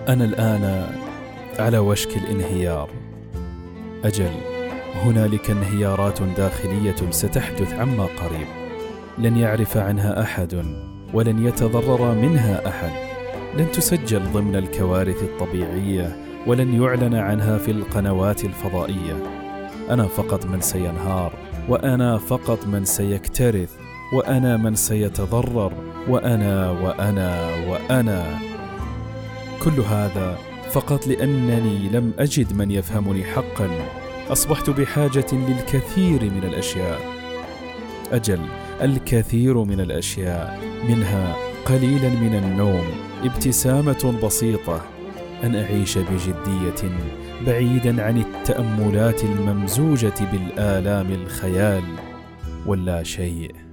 أنا الآن على وشك الانهيار. أجل، هنالك انهيارات داخلية ستحدث عما قريب، لن يعرف عنها أحد ولن يتضرر منها أحد، لن تسجل ضمن الكوارث الطبيعية ولن يعلن عنها في القنوات الفضائية. أنا فقط من سينهار، وأنا فقط من سيكترث، وأنا من سيتضرر، وأنا كل هذا فقط لأنني لم أجد من يفهمني حقا. أصبحت بحاجة للكثير من الأشياء، أجل الكثير من الأشياء، منها قليلا من النوم، ابتسامة بسيطة، أن أعيش بجدية بعيدا عن التأملات الممزوجة بالآلام الخيال واللا شيء.